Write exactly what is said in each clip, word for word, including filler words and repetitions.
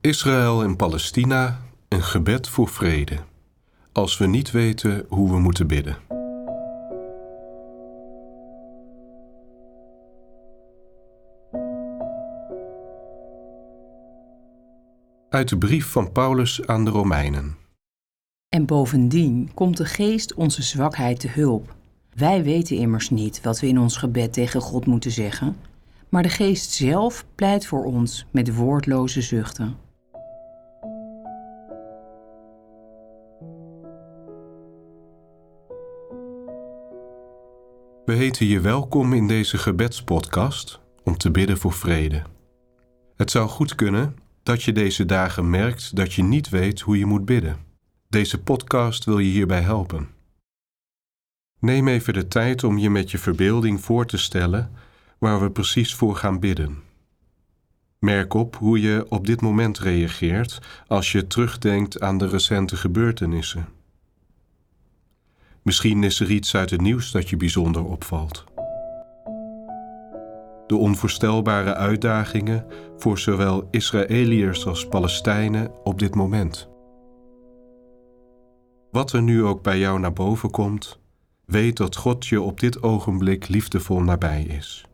Israël en Palestina, een gebed voor vrede. Als we niet weten hoe we moeten bidden. Uit de brief van Paulus aan de Romeinen. En bovendien komt de geest onze zwakheid te hulp. Wij weten immers niet wat we in ons gebed tegen God moeten zeggen, maar de geest zelf pleit voor ons met woordloze zuchten. We heten je welkom in deze gebedspodcast om te bidden voor vrede. Het zou goed kunnen dat je deze dagen merkt dat je niet weet hoe je moet bidden. Deze podcast wil je hierbij helpen. Neem even de tijd om je met je verbeelding voor te stellen waar we precies voor gaan bidden. Merk op hoe je op dit moment reageert als je terugdenkt aan de recente gebeurtenissen. Misschien is er iets uit het nieuws dat je bijzonder opvalt. De onvoorstelbare uitdagingen voor zowel Israëliërs als Palestijnen op dit moment. Wat er nu ook bij jou naar boven komt, weet dat God je op dit ogenblik liefdevol nabij is.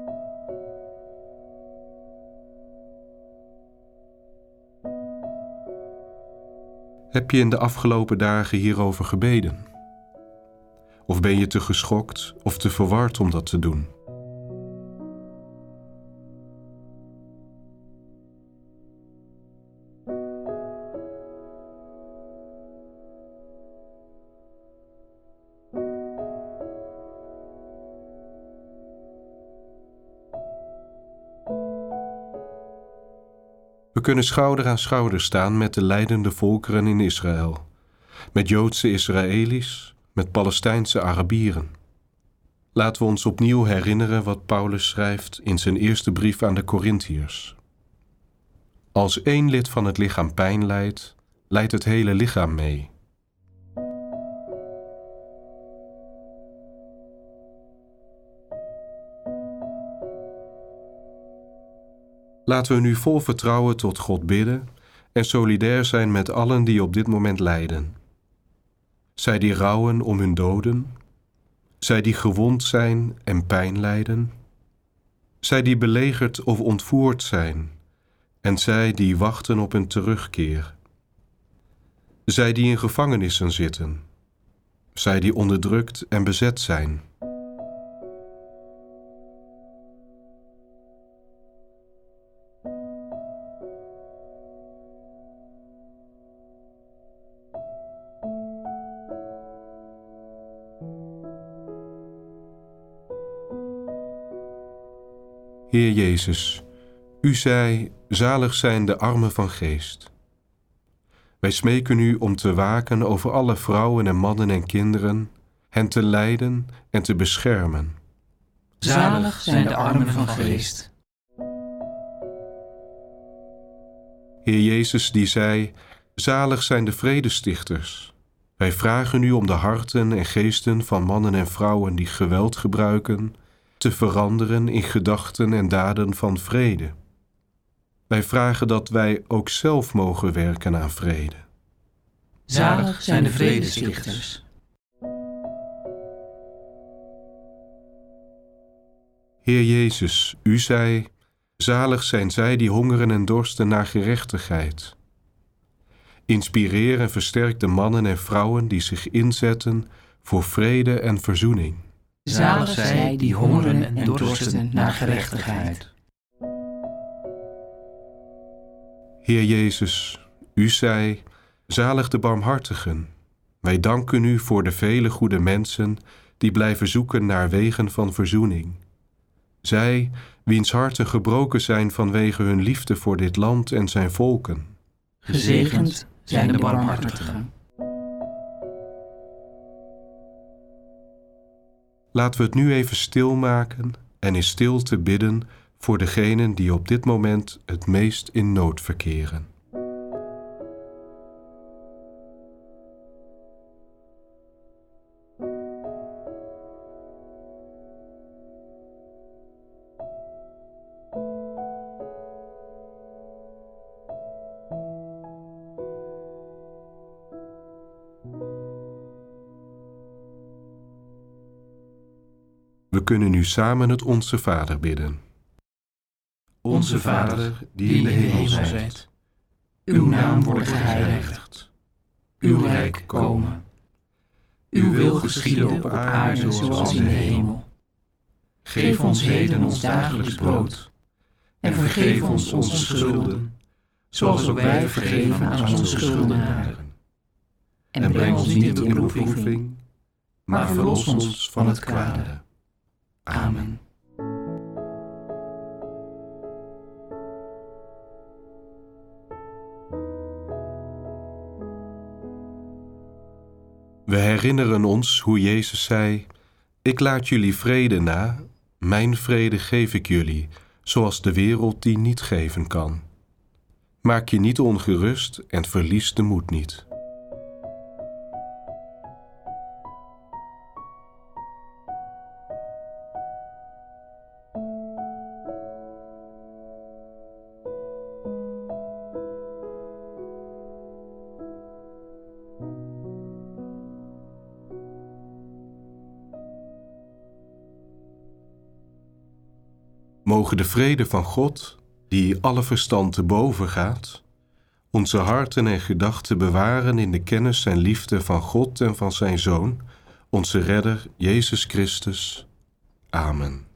Heb je in de afgelopen dagen hierover gebeden? Of ben je te geschokt of te verward om dat te doen? We kunnen schouder aan schouder staan met de lijdende volkeren in Israël, met Joodse Israëli's, met Palestijnse Arabieren. Laten we ons opnieuw herinneren wat Paulus schrijft in zijn eerste brief aan de Korintiërs. Als één lid van het lichaam pijn lijdt, lijdt het hele lichaam mee. Laten we nu vol vertrouwen tot God bidden en solidair zijn met allen die op dit moment lijden. Zij die rouwen om hun doden, zij die gewond zijn en pijn lijden, zij die belegerd of ontvoerd zijn en zij die wachten op een terugkeer. Zij die in gevangenissen zitten, zij die onderdrukt en bezet zijn. Heer Jezus, u zei, zalig zijn de armen van geest. Wij smeken u om te waken over alle vrouwen en mannen en kinderen, hen te leiden en te beschermen. Zalig zijn de armen van geest. Heer Jezus die zei, zalig zijn de vredestichters. Wij vragen u om de harten en geesten van mannen en vrouwen die geweld gebruiken, te veranderen in gedachten en daden van vrede. Wij vragen dat wij ook zelf mogen werken aan vrede. Zalig zijn de vredestichters. Heer Jezus, u zei, zalig zijn zij die hongeren en dorsten naar gerechtigheid. Inspireer en versterk de mannen en vrouwen die zich inzetten voor vrede en verzoening. Zalig zij die hongeren en dorsten naar gerechtigheid. Heer Jezus, u zei, zalig de barmhartigen. Wij danken u voor de vele goede mensen die blijven zoeken naar wegen van verzoening. Zij, wiens harten gebroken zijn vanwege hun liefde voor dit land en zijn volken. Gezegend zijn de barmhartigen. Laten we het nu even stilmaken en in stilte bidden voor degenen die op dit moment het meest in nood verkeren. We kunnen nu samen het Onze Vader bidden. Onze Vader, die in de hemel zijt, uw naam wordt geheiligd, uw rijk komen. Uw wil geschieden op aarde zoals in de hemel. Geef ons heden ons dagelijks brood en vergeef ons onze schulden, zoals ook wij vergeven aan onze schuldenaren. En breng ons niet in de beproeving, maar verlos ons van het kwade. Amen. We herinneren ons hoe Jezus zei: Ik laat jullie vrede na, mijn vrede geef ik jullie, zoals de wereld die niet geven kan. Maak je niet ongerust en verlies de moed niet. Mogen de vrede van God, die alle verstand te boven gaat, onze harten en gedachten bewaren in de kennis en liefde van God en van zijn Zoon, onze Redder, Jezus Christus. Amen.